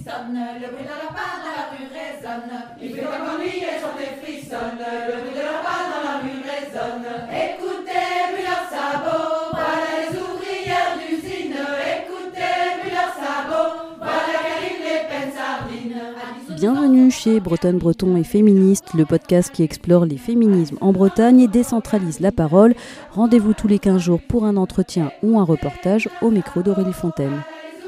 sonne, le bruit de leur pas dans la rue résonne. Il fait pas qu'ennui et sur tes frissonne, le bruit de leur pas dans la rue résonne. Écoutez, puis leurs sabots, voilà les ouvrières d'usine. Écoutez, puis leurs sabots, voilà qu'arrivent les peines sardines. Bienvenue chez Bretonne Breton et Féministe, le podcast qui explore les féminismes en Bretagne et décentralise la parole. Rendez-vous tous les 15 jours pour un entretien ou un reportage au micro d'Aurélie Fontaine.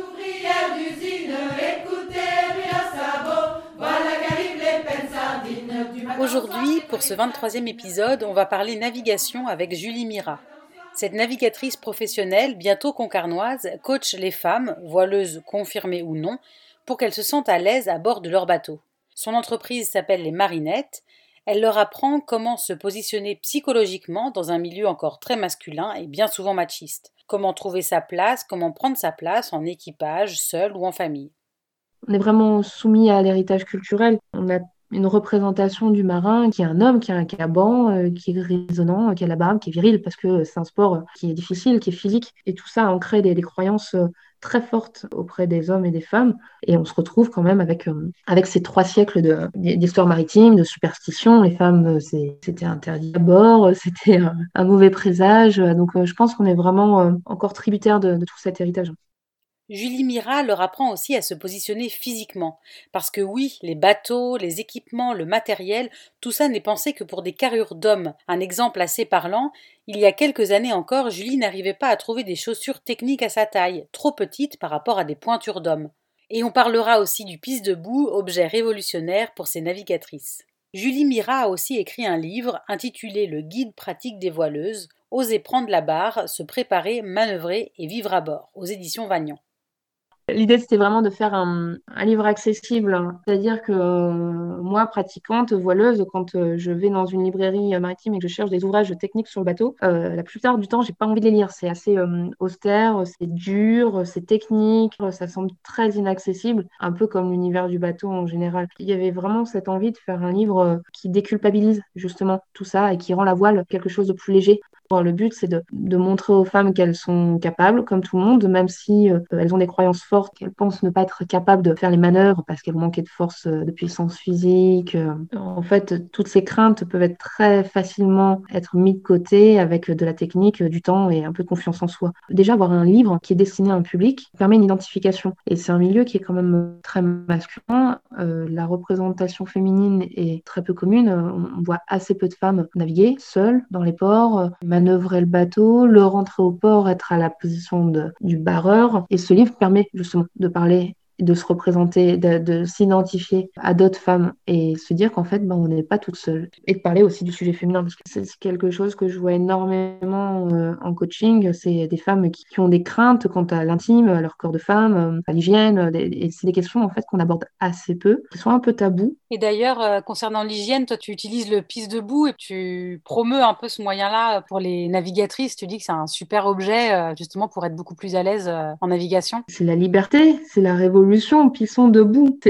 Aujourd'hui, pour ce 23e épisode, on va parler navigation avec Julie Mira. Cette navigatrice professionnelle, bientôt concarnoise, coach les femmes, voileuses confirmées ou non, pour qu'elles se sentent à l'aise à bord de leur bateau. Son entreprise s'appelle les Marinettes. Elle leur apprend comment se positionner psychologiquement dans un milieu encore très masculin et bien souvent machiste. Comment trouver sa place, comment prendre sa place en équipage, seul ou en famille. On est vraiment soumis à l'héritage culturel. On a une représentation du marin qui est un homme, qui a un caban, qui est grisonnant, qui a la barbe, qui est viril, parce que c'est un sport qui est difficile, qui est physique. Et tout ça ancré des croyances très fortes auprès des hommes et des femmes. Et on se retrouve quand même avec ces 3 siècles d'histoire maritime, de superstition. Les femmes, c'était interdit à bord, c'était un mauvais présage. Donc je pense qu'on est vraiment encore tributaire de tout cet héritage. Julie Mira leur apprend aussi à se positionner physiquement. Parce que oui, les bateaux, les équipements, le matériel, tout ça n'est pensé que pour des carrures d'hommes. Un exemple assez parlant, il y a quelques années encore, Julie n'arrivait pas à trouver des chaussures techniques à sa taille, trop petites par rapport à des pointures d'hommes. Et on parlera aussi du pisse debout, objet révolutionnaire pour ces navigatrices. Julie Mira a aussi écrit un livre intitulé Le guide pratique des voileuses, Oser prendre la barre, se préparer, manœuvrer et vivre à bord, aux éditions Vagnon. L'idée, c'était vraiment de faire un livre accessible. C'est-à-dire que moi, pratiquante, voileuse, quand je vais dans une librairie maritime et que je cherche des ouvrages techniques sur le bateau, la plupart du temps, j'ai pas envie de les lire. C'est assez austère, c'est dur, c'est technique, ça semble très inaccessible, un peu comme l'univers du bateau en général. Il y avait vraiment cette envie de faire un livre qui déculpabilise justement tout ça et qui rend la voile quelque chose de plus léger. Le but, c'est de montrer aux femmes qu'elles sont capables, comme tout le monde, même si elles ont des croyances fortes, qu'elles pensent ne pas être capables de faire les manœuvres parce qu'elles manquent de force, de puissance physique. En fait, toutes ces craintes peuvent être très facilement être mises de côté avec de la technique, du temps et un peu de confiance en soi. Déjà, avoir un livre qui est destiné à un public permet une identification. Et c'est un milieu qui est quand même très masculin. La représentation féminine est très peu commune. On voit assez peu de femmes naviguer seules dans les ports, manœuvrer le bateau, le rentrer au port, être à la position du barreur. Et ce livre permet justement de parler, de se représenter, de s'identifier à d'autres femmes et se dire qu'en fait, on n'est pas toute seule. Et de parler aussi du sujet féminin, parce que c'est quelque chose que je vois énormément en coaching. C'est des femmes qui ont des craintes quant à l'intime, à leur corps de femme, à l'hygiène. Et c'est des questions en fait qu'on aborde assez peu, qui sont un peu tabous. Et d'ailleurs, concernant l'hygiène, toi, tu utilises le pisse debout et tu promeus un peu ce moyen-là pour les navigatrices. Tu dis que c'est un super objet, justement, pour être beaucoup plus à l'aise en navigation. C'est la liberté, c'est la révolution, pissons debout.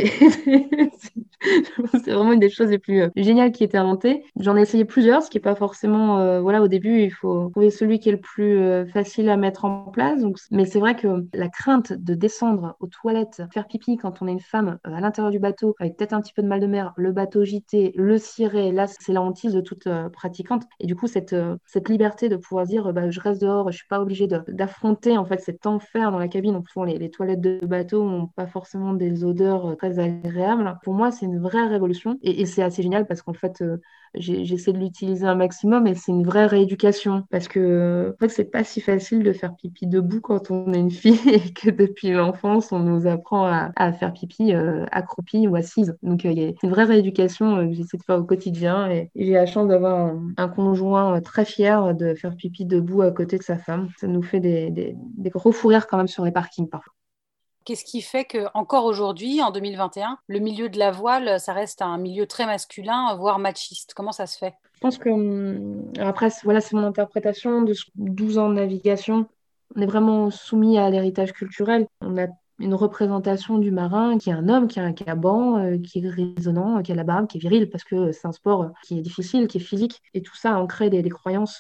C'est vraiment une des choses les plus géniales qui a été inventée. J'en ai essayé plusieurs, ce qui n'est pas forcément... au début, il faut trouver celui qui est le plus facile à mettre en place. Donc, mais c'est vrai que la crainte de descendre aux toilettes, faire pipi quand on est une femme à l'intérieur du bateau, avec peut-être un petit peu de mal de mer, le bateau gîté, le ciré, là, c'est la hantise de toute pratiquante. Et du coup, cette liberté de pouvoir dire, je reste dehors, je ne suis pas obligée d'affronter en fait cet enfer dans la cabine. En plus, les toilettes de bateau n'ont pas forcément des odeurs très agréables. Pour moi, c'est une vraie révolution et c'est assez génial parce qu'en fait, j'essaie de l'utiliser un maximum et c'est une vraie rééducation parce que en fait, c'est pas si facile de faire pipi debout quand on est une fille et que depuis l'enfance, on nous apprend à faire pipi accroupie ou assise. Donc, il y a une vraie rééducation que j'essaie de faire au quotidien et j'ai la chance d'avoir un conjoint très fier de faire pipi debout à côté de sa femme. Ça nous fait des gros fous rires quand même sur les parkings parfois. Qu'est-ce qui fait qu'encore aujourd'hui, en 2021, le milieu de la voile, ça reste un milieu très masculin, voire machiste? Comment ça se fait? Je pense que, après, voilà, c'est mon interprétation de 12 ans de navigation. On est vraiment soumis à l'héritage culturel. On a une représentation du marin qui est un homme, qui a un caban, qui est grisonnant, qui a la barbe, qui est viril, parce que c'est un sport qui est difficile, qui est physique. Et tout ça ancré des croyances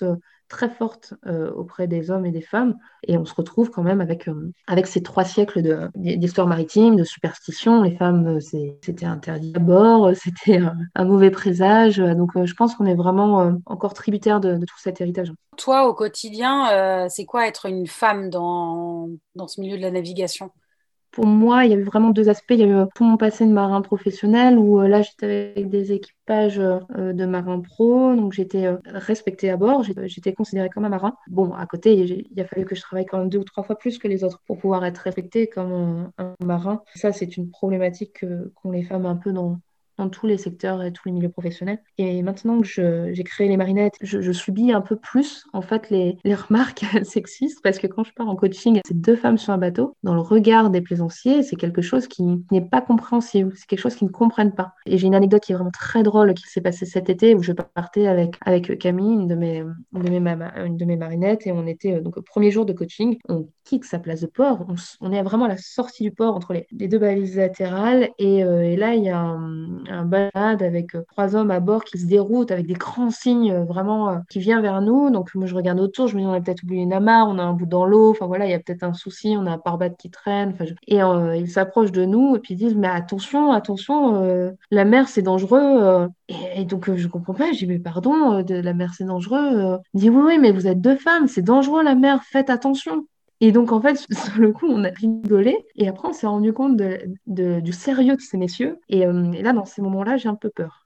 très forte auprès des hommes et des femmes. Et on se retrouve quand même avec ces 3 siècles d'histoire maritime, de superstition. Les femmes, c'était interdit à bord, c'était un mauvais présage. Donc je pense qu'on est vraiment encore tributaire de tout cet héritage. Toi, au quotidien, c'est quoi être une femme dans ce milieu de la navigation? Pour moi, il y a eu vraiment 2 aspects. Il y a eu tout mon passé de marin professionnel où là, j'étais avec des équipages de marins pro. Donc, j'étais respectée à bord. J'étais considérée comme un marin. Bon, à côté, il a fallu que je travaille quand même 2 ou 3 fois plus que les autres pour pouvoir être respectée comme un marin. Ça, c'est une problématique qu'ont les femmes un peu dans tous les secteurs et tous les milieux professionnels. Et maintenant que j'ai créé les marinettes, je subis un peu plus en fait les remarques sexistes parce que quand je pars en coaching, c'est 2 femmes sur un bateau, dans le regard des plaisanciers, c'est quelque chose qui n'est pas compréhensible, c'est quelque chose qu'ils ne comprennent pas. Et j'ai une anecdote qui est vraiment très drôle qui s'est passée cet été où je partais avec Camille, une de mes marinettes, et on était donc au premier jour de coaching, on quitte sa place de port, on est vraiment à la sortie du port entre les 2 balises latérales et là il y a un balade avec 3 hommes à bord qui se déroutent avec des grands signes vraiment qui vient vers nous. Donc moi je regarde autour, je me dis on a peut-être oublié une amarre, on a un bout dans l'eau, enfin voilà, il y a peut-être un souci, on a un pare-balai qui traîne. Et ils s'approchent de nous et puis ils disent mais attention, attention, la mer c'est dangereux. Et donc je comprends pas, je dis mais pardon, la mer c'est dangereux. Il dit oui, oui, mais vous êtes 2 femmes, c'est dangereux la mer, faites attention. Et donc, en fait, sur le coup, on a rigolé. Et après, on s'est rendu compte du sérieux de ces messieurs. Et là, dans ces moments-là, j'ai un peu peur.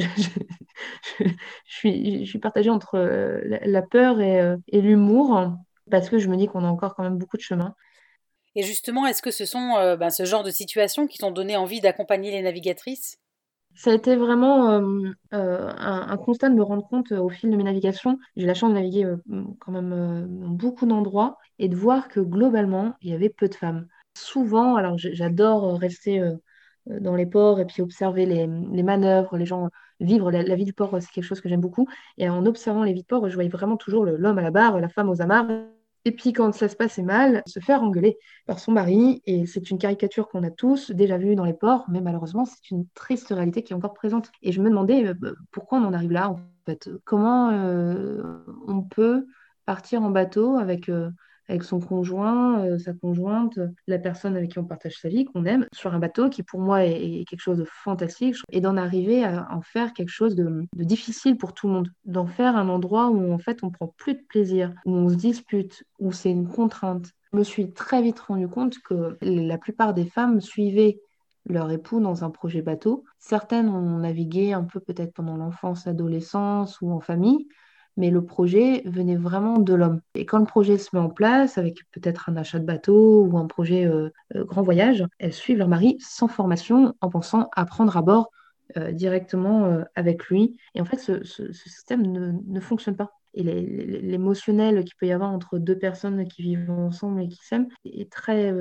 Je suis partagée entre la peur et l'humour, parce que je me dis qu'on a encore quand même beaucoup de chemin. Et justement, est-ce que ce sont ce genre de situations qui t'ont donné envie d'accompagner les navigatrices? Ça a été vraiment un constat de me rendre compte au fil de mes navigations. J'ai eu la chance de naviguer quand même dans beaucoup d'endroits et de voir que globalement, il y avait peu de femmes. Souvent, alors j'adore rester dans les ports et puis observer les manœuvres, les gens vivre la vie du port, c'est quelque chose que j'aime beaucoup. Et en observant les vies de port, je voyais vraiment toujours l'homme à la barre, la femme aux amarres. Et puis quand ça se passait mal, se faire engueuler par son mari. Et c'est une caricature qu'on a tous déjà vue dans les ports, mais malheureusement, c'est une triste réalité qui est encore présente. Et je me demandais pourquoi on en arrive là, en fait. Comment on peut partir en bateau avec son conjoint, sa conjointe, la personne avec qui on partage sa vie, qu'on aime, sur un bateau qui pour moi est quelque chose de fantastique, et d'en arriver à en faire quelque chose de difficile pour tout le monde, d'en faire un endroit où en fait on prend plus de plaisir, où on se dispute, où c'est une contrainte. Je me suis très vite rendu compte que la plupart des femmes suivaient leur époux dans un projet bateau. Certaines ont navigué un peu peut-être pendant l'enfance, l'adolescence ou en famille, mais le projet venait vraiment de l'homme. Et quand le projet se met en place, avec peut-être un achat de bateau ou un projet grand voyage, elles suivent leur mari sans formation, en pensant apprendre à bord directement avec lui. Et en fait, ce système ne fonctionne pas. Et l'émotionnel qu'il peut y avoir entre 2 personnes qui vivent ensemble et qui s'aiment est très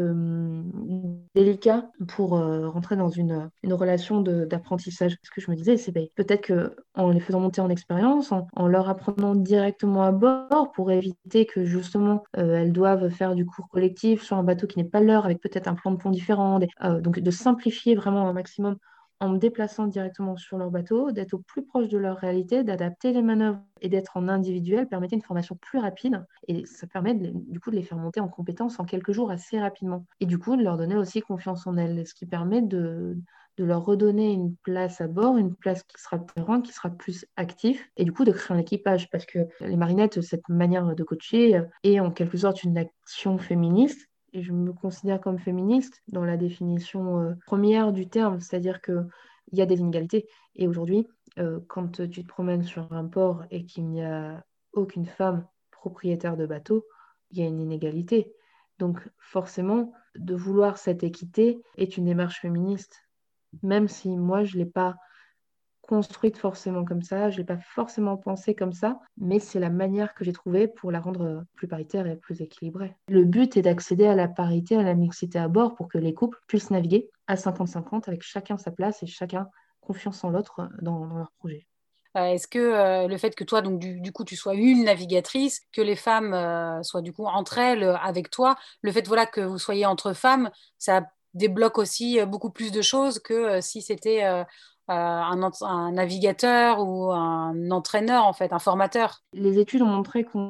délicat pour rentrer dans une relation d'apprentissage. Ce que je me disais, c'est peut-être qu'en les faisant monter en expérience, en leur apprenant directement à bord pour éviter que justement elles doivent faire du cours collectif sur un bateau qui n'est pas leur, avec peut-être un plan de pont différent. Donc de simplifier vraiment un maximum en me déplaçant directement sur leur bateau, d'être au plus proche de leur réalité, d'adapter les manœuvres et d'être en individuel permettait une formation plus rapide. Et ça permet du coup de les faire monter en compétences en quelques jours assez rapidement. Et du coup de leur donner aussi confiance en elles, ce qui permet de leur redonner une place à bord, une place qui sera plus grande, qui sera plus active, et du coup de créer un équipage. Parce que les marinettes, cette manière de coacher est en quelque sorte une action féministe. Et je me considère comme féministe dans la définition première du terme, c'est-à-dire qu'il y a des inégalités. Et aujourd'hui, quand tu te promènes sur un port et qu'il n'y a aucune femme propriétaire de bateau, il y a une inégalité. Donc forcément, de vouloir cette équité est une démarche féministe, même si moi, je ne l'ai pas construite forcément comme ça, je ne l'ai pas forcément pensée comme ça, mais c'est la manière que j'ai trouvée pour la rendre plus paritaire et plus équilibrée. Le but est d'accéder à la parité, à la mixité à bord pour que les couples puissent naviguer à 50-50 avec chacun sa place et chacun confiance en l'autre dans leur projet. Est-ce que le fait que toi, donc du coup, tu sois une navigatrice, que les femmes soient du coup entre elles avec toi, le fait voilà que vous soyez entre femmes, ça débloque aussi beaucoup plus de choses que si c'était un navigateur ou un entraîneur, en fait, un formateur. Les études ont montré que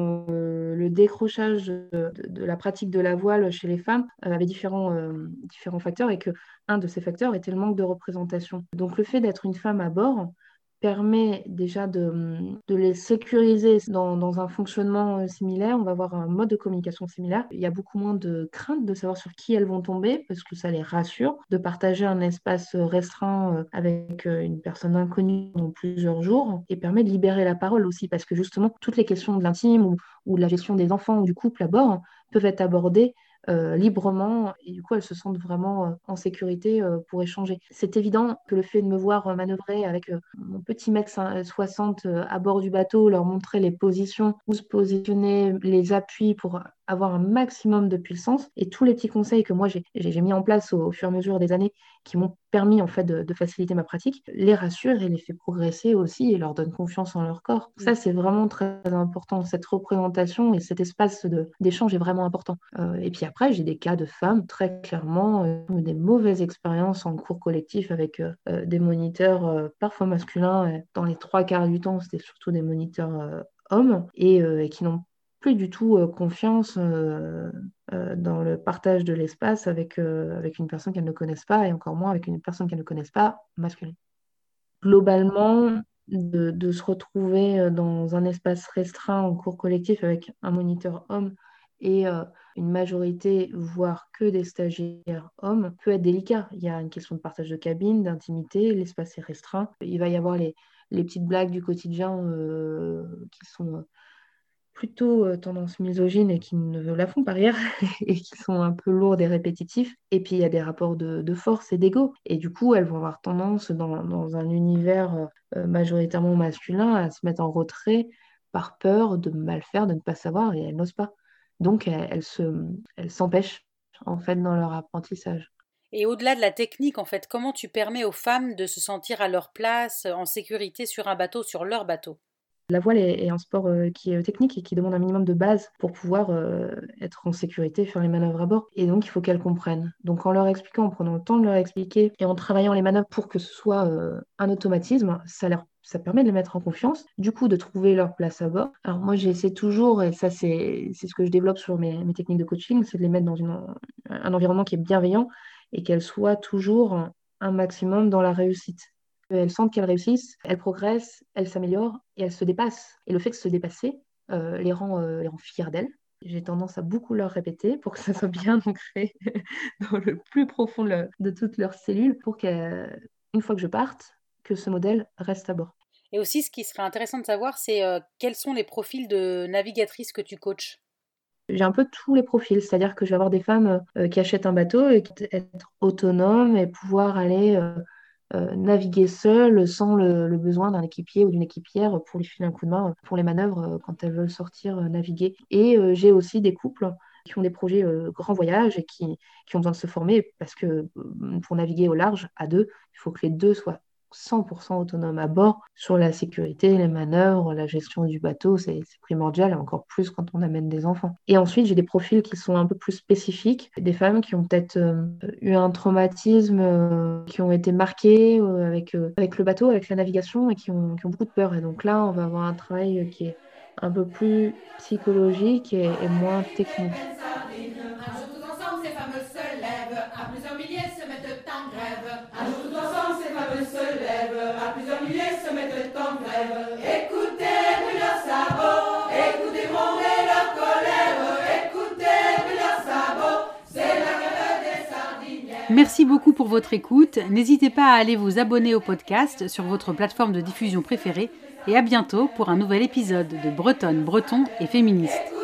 le décrochage de la pratique de la voile chez les femmes avait différents facteurs et que un de ces facteurs était le manque de représentation. Donc le fait d'être une femme à bord permet déjà de les sécuriser dans un fonctionnement similaire. On va avoir un mode de communication similaire. Il y a beaucoup moins de crainte de savoir sur qui elles vont tomber parce que ça les rassure. De partager un espace restreint avec une personne inconnue pendant plusieurs jours et permet de libérer la parole aussi parce que justement, toutes les questions de l'intime ou de la gestion des enfants ou du couple à bord peuvent être abordées librement et du coup elles se sentent vraiment en sécurité pour échanger. C'est évident que le fait de me voir manœuvrer avec mon petit mètre 60 à bord du bateau, leur montrer les positions, où se positionner, les appuis pour avoir un maximum de puissance et tous les petits conseils que moi j'ai mis en place au fur et à mesure des années qui m'ont permis en fait de faciliter ma pratique, les rassure et les fait progresser aussi et leur donne confiance en leur corps. Ça c'est vraiment très important, cette représentation et cet espace d'échange est vraiment important. Et puis après j'ai des cas de femmes très clairement ont eu des mauvaises expériences en cours collectif avec des moniteurs parfois masculins, dans les 3/4 du temps c'était surtout des moniteurs hommes et qui n'ont plus du tout confiance dans le partage de l'espace avec une personne qu'elles ne connaissent pas et encore moins avec une personne qu'elles ne connaissent pas masculine. Globalement, de se retrouver dans un espace restreint en cours collectif avec un moniteur homme et une majorité, voire que des stagiaires hommes, peut être délicat. Il y a une question de partage de cabine, d'intimité, l'espace est restreint. Il va y avoir les petites blagues du quotidien qui sont plutôt tendance misogyne et qui ne la font pas rire et qui sont un peu lourdes et répétitifs. Et puis il y a des rapports de force et d'ego. Et du coup, elles vont avoir tendance dans un univers majoritairement masculin à se mettre en retrait par peur de mal faire, de ne pas savoir et elles n'osent pas. Donc elles s'empêchent en fait dans leur apprentissage. Et au-delà de la technique, en fait, comment tu permets aux femmes de se sentir à leur place, en sécurité sur un bateau, sur leur bateau? La voile est un sport qui est technique et qui demande un minimum de base pour pouvoir être en sécurité, faire les manœuvres à bord. Et donc, il faut qu'elles comprennent. Donc, en leur expliquant, en prenant le temps de leur expliquer et en travaillant les manœuvres pour que ce soit un automatisme, ça permet de les mettre en confiance, du coup de trouver leur place à bord. Alors moi j'essaie toujours, et ça c'est ce que je développe sur mes techniques de coaching, c'est de les mettre dans un environnement qui est bienveillant et qu'elles soient toujours un maximum dans la réussite. Elles sentent qu'elles réussissent, elles progressent, elles s'améliorent et elles se dépassent. Et le fait de se dépasser les rend fières d'elles. J'ai tendance à beaucoup leur répéter pour que ça soit bien ancré dans le plus profond de toutes leurs cellules pour qu'une fois que je parte, que ce modèle reste à bord. Et aussi, ce qui serait intéressant de savoir, c'est quels sont les profils de navigatrices que tu coaches? J'ai un peu tous les profils, c'est-à-dire que je vais avoir des femmes qui achètent un bateau et qui veulent être autonomes et pouvoir aller naviguer seules sans le besoin d'un équipier ou d'une équipière pour lui filer un coup de main pour les manœuvres quand elles veulent sortir naviguer. Et j'ai aussi des couples qui ont des projets grands voyages et qui ont besoin de se former parce que pour naviguer au large à deux, il faut que les deux soient 100% autonomes à bord sur la sécurité, les manœuvres, la gestion du bateau, c'est primordial, et encore plus quand on amène des enfants. Et ensuite, j'ai des profils qui sont un peu plus spécifiques, des femmes qui ont peut-être eu un traumatisme, qui ont été marquées avec le bateau, avec la navigation, et qui ont beaucoup de peur. Et donc là, on va avoir un travail qui est un peu plus psychologique et moins technique. Un jour tous ensemble, ces fameux se lèvent, à plusieurs milliers se mettent en grève. Un jour tous ensemble, ces fameux se lèvent, à plusieurs milliers se mettent en grève. Écoutez, brûle leurs sabots, écoutez gronder leur colère, écoutez, brûle leurs sabots, c'est la grève des sardinières. Merci beaucoup pour votre écoute. N'hésitez pas à aller vous abonner au podcast sur votre plateforme de diffusion préférée et à bientôt pour un nouvel épisode de Bretonne, Breton et Féministe.